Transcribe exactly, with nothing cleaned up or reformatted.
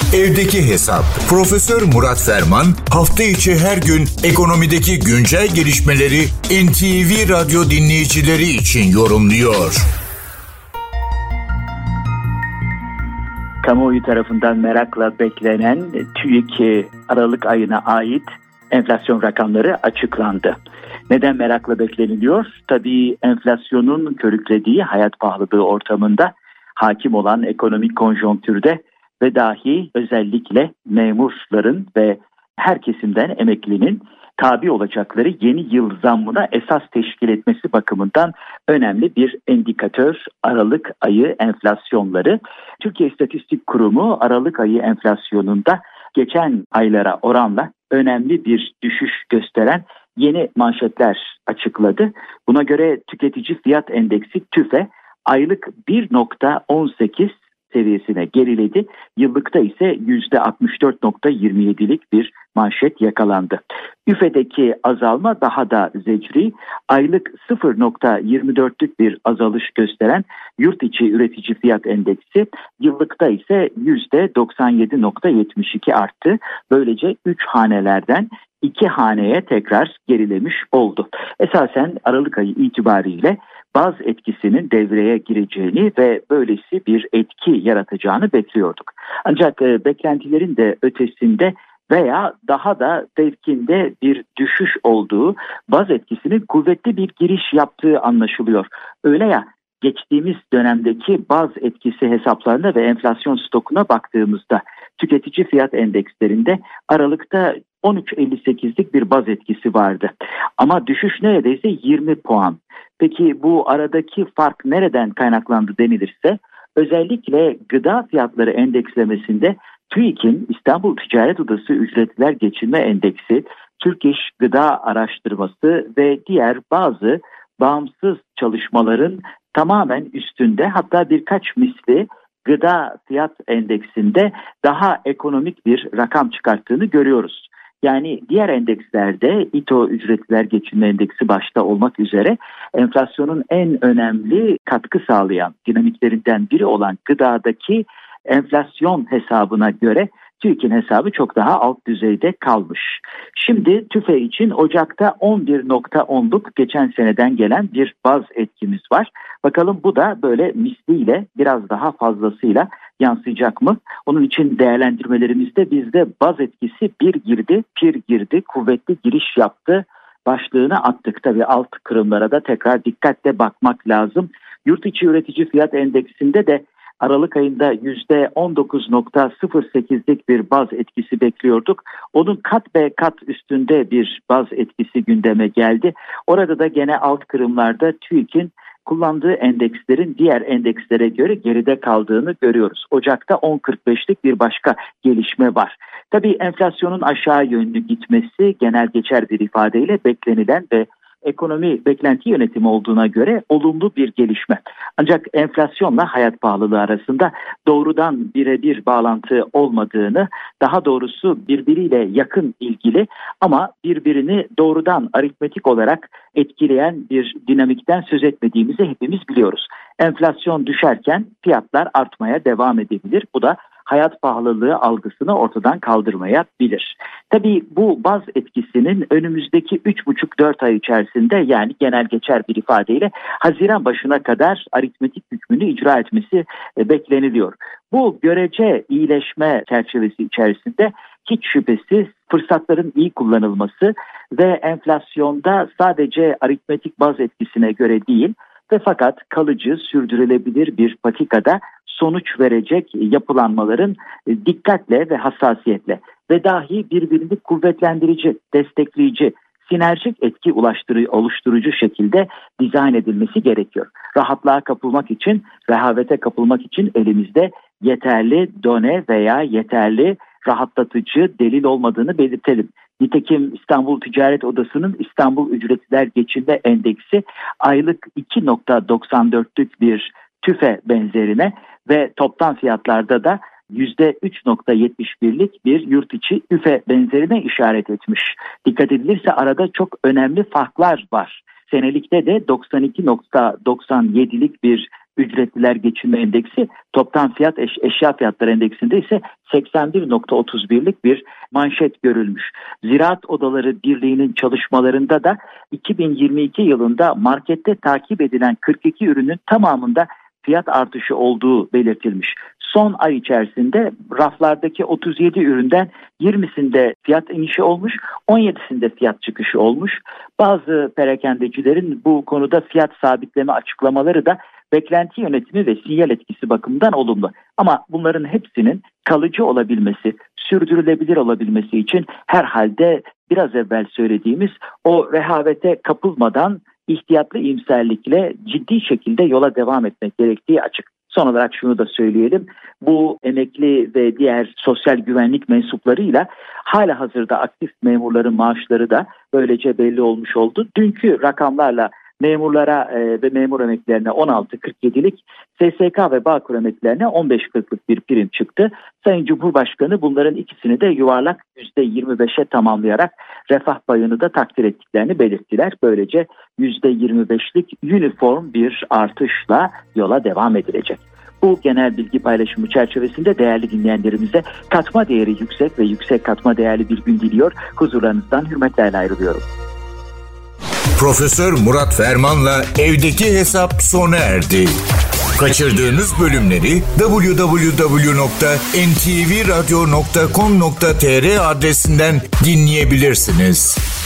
Evdeki Hesap. Profesör Murat Ferman hafta içi her gün ekonomideki güncel gelişmeleri N T V Radyo dinleyicileri için yorumluyor. Kamuoyu tarafından merakla beklenen TÜİK Aralık ayına ait enflasyon rakamları açıklandı. Neden merakla bekleniliyor? Tabii enflasyonun körüklediği hayat pahalılığı ortamında hakim olan ekonomik konjonktürde ve dahi özellikle memurların ve her kesimden emeklinin tabi olacakları yeni yıl zammına esas teşkil etmesi bakımından önemli bir endikatör Aralık ayı enflasyonları. Türkiye İstatistik Kurumu Aralık ayı enflasyonunda geçen aylara oranla önemli bir düşüş gösteren yeni manşetler açıkladı. Buna göre tüketici fiyat endeksi TÜFE aylık bir virgül on sekiz seviyesine geriledi. Yıllıkta ise yüzde altmış dört virgül yirmi yedilik bir manşet yakalandı. ÜFE'deki azalma daha da zecri. Aylık sıfır virgül yirmi dörtlük bir azalış gösteren yurt içi üretici fiyat endeksi yıllıkta ise yüzde doksan yedi virgül yetmiş iki arttı. Böylece üç hanelerden iki haneye tekrar gerilemiş oldu. Esasen Aralık ayı itibariyle baz etkisinin devreye gireceğini ve böylesi bir etki yaratacağını bekliyorduk. Ancak e, beklentilerin de ötesinde veya daha da fevkinde bir düşüş olduğu, baz etkisinin kuvvetli bir giriş yaptığı anlaşılıyor. Öyle ya, geçtiğimiz dönemdeki baz etkisi hesaplarına ve enflasyon stokuna baktığımızda tüketici fiyat endekslerinde Aralık'ta on üç virgül elli sekizlik bir baz etkisi vardı. Ama düşüş neredeyse yirmi puan. Peki bu aradaki fark nereden kaynaklandı denilirse, özellikle gıda fiyatları endekslemesinde TÜİK'in İstanbul Ticaret Odası Ücretler Geçinme Endeksi, Türk İş Gıda Araştırması ve diğer bazı bağımsız çalışmaların tamamen üstünde, hatta birkaç misli gıda fiyat endeksinde daha ekonomik bir rakam çıkarttığını görüyoruz. Yani diğer endekslerde İTO Ücretler Geçinme Endeksi başta olmak üzere enflasyonun en önemli katkı sağlayan dinamiklerinden biri olan gıdadaki enflasyon hesabına göre TÜİK'in hesabı çok daha alt düzeyde kalmış. Şimdi TÜFE için Ocak'ta on bir virgül onluk geçen seneden gelen bir baz etkimiz var. Bakalım bu da böyle misliyle biraz daha fazlasıyla yansıyacak mı? Onun için değerlendirmelerimizde bizde baz etkisi bir girdi, pir girdi, kuvvetli giriş yaptı başlığını attık. Tabii alt kırımlara da tekrar dikkatle bakmak lazım. Yurt içi üretici fiyat endeksinde de Aralık ayında yüzde on dokuz virgül sıfır sekizlik bir baz etkisi bekliyorduk. Onun kat be kat üstünde bir baz etkisi gündeme geldi. Orada da gene alt kırımlarda TÜİK'in kullandığı endekslerin diğer endekslere göre geride kaldığını görüyoruz. Ocak'ta on virgül kırk beşlik bir başka gelişme var. Tabii enflasyonun aşağı yönlü gitmesi genel geçer bir ifadeyle beklenilen ve ekonomi beklenti yönetimi olduğuna göre olumlu bir gelişme. Ancak enflasyonla hayat pahalılığı arasında doğrudan birebir bağlantı olmadığını, daha doğrusu birbiriyle yakın ilgili ama birbirini doğrudan aritmetik olarak etkileyen bir dinamikten söz etmediğimizi hepimiz biliyoruz. Enflasyon düşerken fiyatlar artmaya devam edebilir. Bu da hayat pahalılığı algısını ortadan kaldırmayabilir. Tabii bu baz etkisinin önümüzdeki üç buçuk dört ay içerisinde, yani genel geçer bir ifadeyle Haziran başına kadar aritmetik hükmünü icra etmesi bekleniliyor. Bu görece iyileşme çerçevesi içerisinde hiç şüphesiz fırsatların iyi kullanılması ve enflasyonda sadece aritmetik baz etkisine göre değil ve fakat kalıcı, sürdürülebilir bir patikada sonuç verecek yapılanmaların dikkatle ve hassasiyetle ve dahi birbirini kuvvetlendirici, destekleyici, sinerjik etki ulaştırı, oluşturucu şekilde dizayn edilmesi gerekiyor. Rahatlığa kapılmak için, rehavete kapılmak için elimizde yeterli done veya yeterli rahatlatıcı delil olmadığını belirtelim. Nitekim İstanbul Ticaret Odası'nın İstanbul Ücretler Geçinme Endeksi aylık iki virgül doksan dörtlük bir TÜFE benzerine ve toptan fiyatlarda da yüzde üç virgül yetmiş birlik bir yurt içi üfe benzerine işaret etmiş. Dikkat edilirse arada çok önemli farklar var. Senelikte de doksan iki virgül doksan yedilik bir ücretliler geçinme endeksi, toptan fiyat eş, eşya fiyatları endeksinde ise seksen bir nokta otuz birlik bir manşet görülmüş. Ziraat Odaları Birliği'nin çalışmalarında da iki bin yirmi iki yılında markette takip edilen kırk iki ürünün tamamında fiyat artışı olduğu belirtilmiş. Son ay içerisinde raflardaki otuz yedi üründen yirmisinde fiyat inişi olmuş, on yedisinde fiyat çıkışı olmuş. Bazı perakendecilerin bu konuda fiyat sabitleme açıklamaları da beklenti yönetimi ve sinyal etkisi bakımından olumlu. Ama bunların hepsinin kalıcı olabilmesi, sürdürülebilir olabilmesi için herhalde biraz evvel söylediğimiz o rehavete kapılmadan ihtiyatlı iyimserlikle ciddi şekilde yola devam etmek gerektiği açık. Son olarak şunu da söyleyelim. Bu emekli ve diğer sosyal güvenlik mensuplarıyla hala hazırda aktif memurların maaşları da böylece belli olmuş oldu. Dünkü rakamlarla memurlara e, ve memur emeklilerine on altı kırk yedilik, S S K ve Bağkur emeklilerine on beş kırklık bir prim çıktı. Sayın Cumhurbaşkanı bunların ikisini de yuvarlak yüzde yirmi beşe tamamlayarak refah payını da takdir ettiklerini belirttiler. Böylece yüzde yirmi beşlik uniform bir artışla yola devam edilecek. Bu genel bilgi paylaşımı çerçevesinde değerli dinleyenlerimize katma değeri yüksek ve yüksek katma değerli bir gün diliyor. Huzurlarınızdan hürmetlerle ayrılıyorum. Profesör Murat Ferman'la evdeki hesap sona erdi. Kaçırdığınız bölümleri double-u double-u double-u nokta en ti vi radyo nokta com nokta tr adresinden dinleyebilirsiniz.